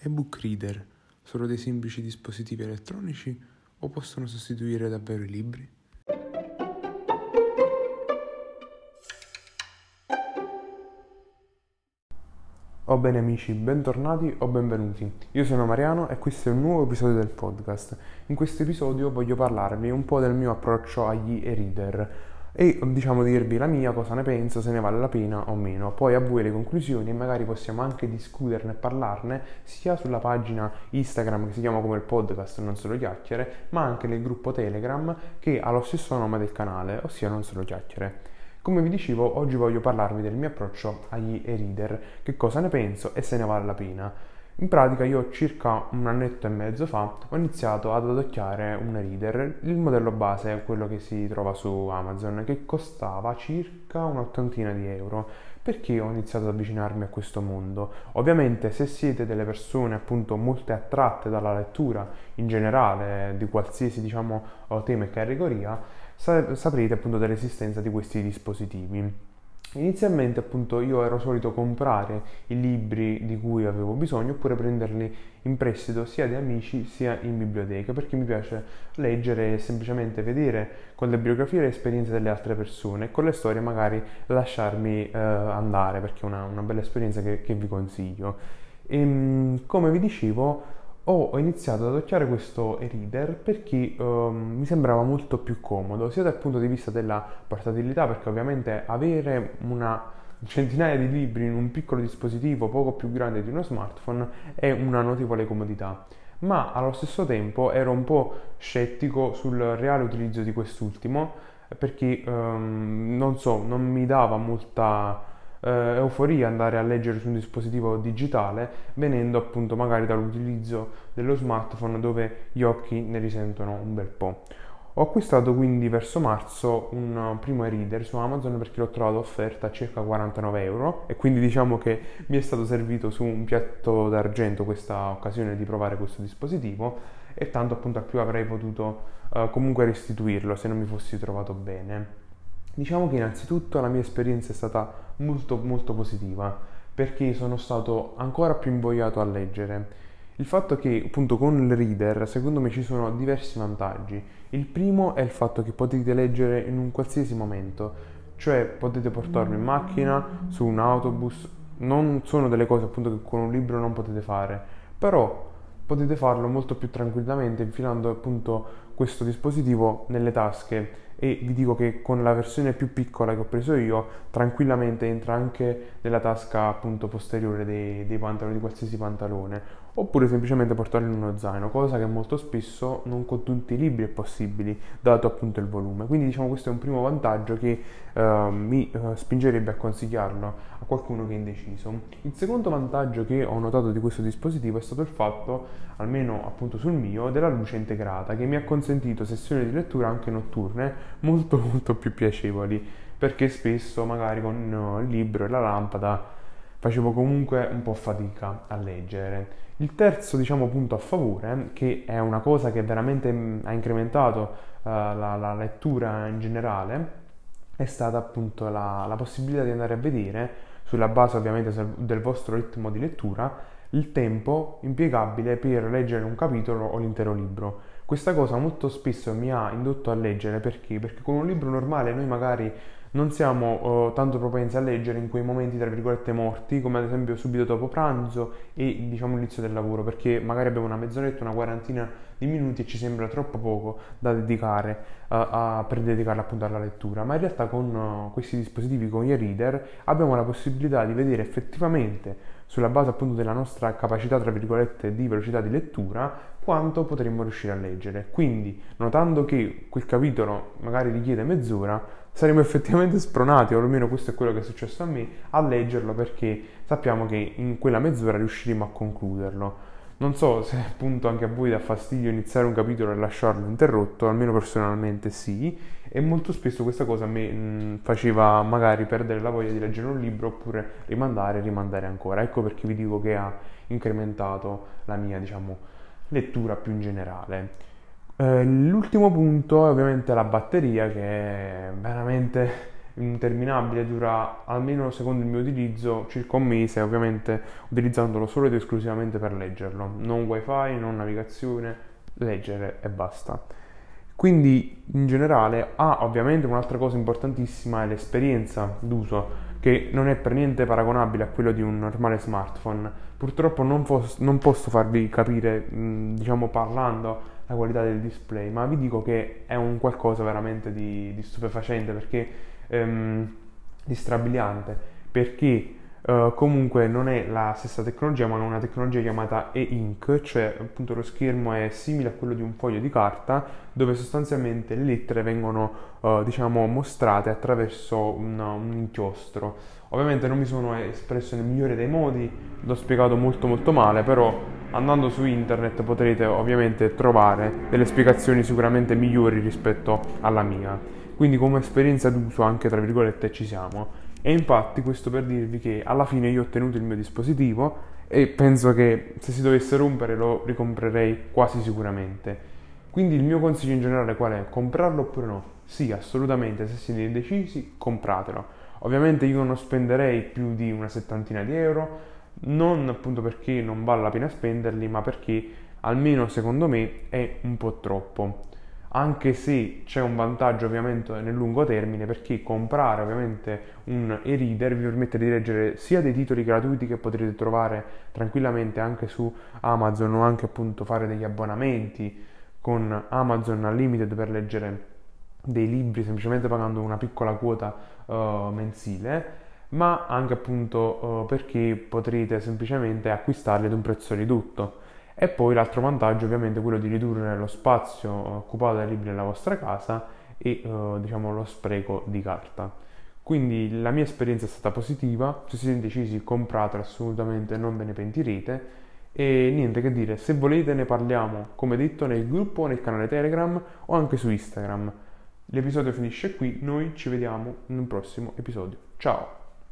E-book reader sono dei semplici dispositivi elettronici o possono sostituire davvero i libri? Oh bene amici, bentornati o benvenuti. Io sono Mariano e questo è un nuovo episodio del podcast. In questo episodio voglio parlarvi un po' del mio approccio agli e-reader e dirvi la mia, cosa ne penso, se ne vale la pena o meno. Poi a voi le conclusioni e magari possiamo anche discuterne e parlarne sia sulla pagina Instagram che si chiama come il podcast Non Solo Chiacchiere, ma anche nel gruppo Telegram che ha lo stesso nome del canale, ossia Non Solo Chiacchiere. Come vi dicevo, oggi voglio parlarvi del mio approccio agli e-reader, che cosa ne penso e se ne vale la pena. In pratica io circa un annetto e mezzo fa ho iniziato ad adocchiare un e-reader, il modello base è quello che si trova su Amazon, che costava circa un'ottantina di euro. Perché ho iniziato ad avvicinarmi a questo mondo? Ovviamente se siete delle persone appunto molto attratte dalla lettura in generale, di qualsiasi tema e categoria, saprete appunto dell'esistenza di questi dispositivi. Inizialmente appunto io ero solito comprare i libri di cui avevo bisogno oppure prenderli in prestito sia da amici sia in biblioteca, perché mi piace leggere e semplicemente vedere con le biografie le esperienze delle altre persone e con le storie magari lasciarmi andare, perché è una bella esperienza che vi consiglio. Come vi dicevo, ho iniziato ad adocchiare questo e-reader perché mi sembrava molto più comodo, sia dal punto di vista della portabilità, perché ovviamente avere una centinaia di libri in un piccolo dispositivo poco più grande di uno smartphone è una notevole comodità, ma allo stesso tempo ero un po' scettico sul reale utilizzo di quest'ultimo perché non mi dava molta euforia andare a leggere su un dispositivo digitale, venendo appunto magari dall'utilizzo dello smartphone dove gli occhi ne risentono un bel po'. Ho acquistato quindi verso marzo un primo e-reader su Amazon perché l'ho trovato offerta a circa 49 euro e quindi diciamo che mi è stato servito su un piatto d'argento questa occasione di provare questo dispositivo e tanto appunto a più avrei potuto comunque restituirlo se non mi fossi trovato bene. Diciamo che innanzitutto la mia esperienza è stata molto molto positiva perché sono stato ancora più invogliato a leggere. Il fatto che appunto con il reader secondo me ci sono diversi vantaggi. Il primo è il fatto che potete leggere in un qualsiasi momento, cioè potete portarlo in macchina, su un autobus, non sono delle cose appunto che con un libro non potete fare, però potete farlo molto più tranquillamente infilando appunto questo dispositivo nelle tasche e vi dico che con la versione più piccola che ho preso io tranquillamente entra anche nella tasca appunto posteriore dei pantaloni, di qualsiasi pantalone, oppure semplicemente portarlo in uno zaino, cosa che molto spesso non con tutti i libri è possibile dato appunto il volume. Quindi diciamo questo è un primo vantaggio che mi spingerebbe a consigliarlo a qualcuno che è indeciso. Il secondo vantaggio che ho notato di questo dispositivo è stato il fatto, almeno appunto sul mio, della luce integrata che mi ha consentito sessioni di lettura anche notturne molto molto più piacevoli, perché spesso magari con il libro e la lampada facevo comunque un po' fatica a leggere. Il terzo, punto a favore, che è una cosa che veramente ha incrementato la lettura in generale, è stata appunto la possibilità di andare a vedere, sulla base ovviamente del vostro ritmo di lettura, il tempo impiegabile per leggere un capitolo o l'intero libro. Questa cosa molto spesso mi ha indotto a leggere perché con un libro normale noi magari non siamo tanto propensi a leggere in quei momenti tra virgolette morti, come ad esempio subito dopo pranzo e l'inizio del lavoro, perché magari abbiamo una mezz'oretta, una quarantina di minuti e ci sembra troppo poco da dedicare per dedicarla appunto alla lettura, ma in realtà con questi dispositivi, con gli e-reader, abbiamo la possibilità di vedere effettivamente sulla base appunto della nostra capacità tra virgolette di velocità di lettura quanto potremmo riuscire a leggere. Quindi notando che quel capitolo magari richiede mezz'ora, saremo effettivamente spronati, o almeno questo è quello che è successo a me, a leggerlo perché sappiamo che in quella mezz'ora riusciremo a concluderlo. Non so se appunto anche a voi dà fastidio iniziare un capitolo e lasciarlo interrotto, almeno personalmente sì, e molto spesso questa cosa a me faceva magari perdere la voglia di leggere un libro oppure rimandare e rimandare ancora. Ecco perché vi dico che ha incrementato la mia, lettura più in generale. L'ultimo punto è ovviamente la batteria, che è veramente interminabile, dura almeno secondo il mio utilizzo circa un mese, ovviamente utilizzandolo solo ed esclusivamente per leggerlo, non wifi, non navigazione, leggere e basta. Quindi in generale ovviamente un'altra cosa importantissima è l'esperienza d'uso, che non è per niente paragonabile a quello di un normale smartphone. Purtroppo non posso farvi capire, diciamo parlando, la qualità del display, ma vi dico che è un qualcosa veramente di stupefacente, perché di strabiliante, perché comunque non è la stessa tecnologia, ma è una tecnologia chiamata e-ink, cioè appunto lo schermo è simile a quello di un foglio di carta, dove sostanzialmente le lettere vengono diciamo mostrate attraverso un inchiostro. Ovviamente non mi sono espresso nel migliore dei modi, l'ho spiegato molto molto male, però andando su internet potrete ovviamente trovare delle spiegazioni sicuramente migliori rispetto alla mia. Quindi come esperienza d'uso anche tra virgolette ci siamo. E infatti questo per dirvi che alla fine io ho ottenuto il mio dispositivo e penso che se si dovesse rompere lo ricomprerei quasi sicuramente. Quindi il mio consiglio in generale qual è? Comprarlo oppure no? Sì, assolutamente, se siete indecisi, compratelo. Ovviamente io non spenderei più di una settantina di euro, non appunto perché non vale la pena spenderli, ma perché almeno secondo me è un po' troppo. Anche se c'è un vantaggio ovviamente nel lungo termine, perché comprare ovviamente un e-reader vi permette di leggere sia dei titoli gratuiti che potrete trovare tranquillamente anche su Amazon, o anche appunto fare degli abbonamenti con Amazon Unlimited per leggere dei libri semplicemente pagando una piccola quota mensile, ma anche appunto perché potrete semplicemente acquistarli ad un prezzo ridotto. E poi l'altro vantaggio ovviamente è quello di ridurre lo spazio occupato dai libri nella vostra casa e diciamo lo spreco di carta. Quindi la mia esperienza è stata positiva, se siete indecisi compratelo assolutamente, non ve ne pentirete. E niente che dire, se volete ne parliamo come detto nel gruppo, nel canale Telegram o anche su Instagram. L'episodio finisce qui, noi ci vediamo in un prossimo episodio. Ciao!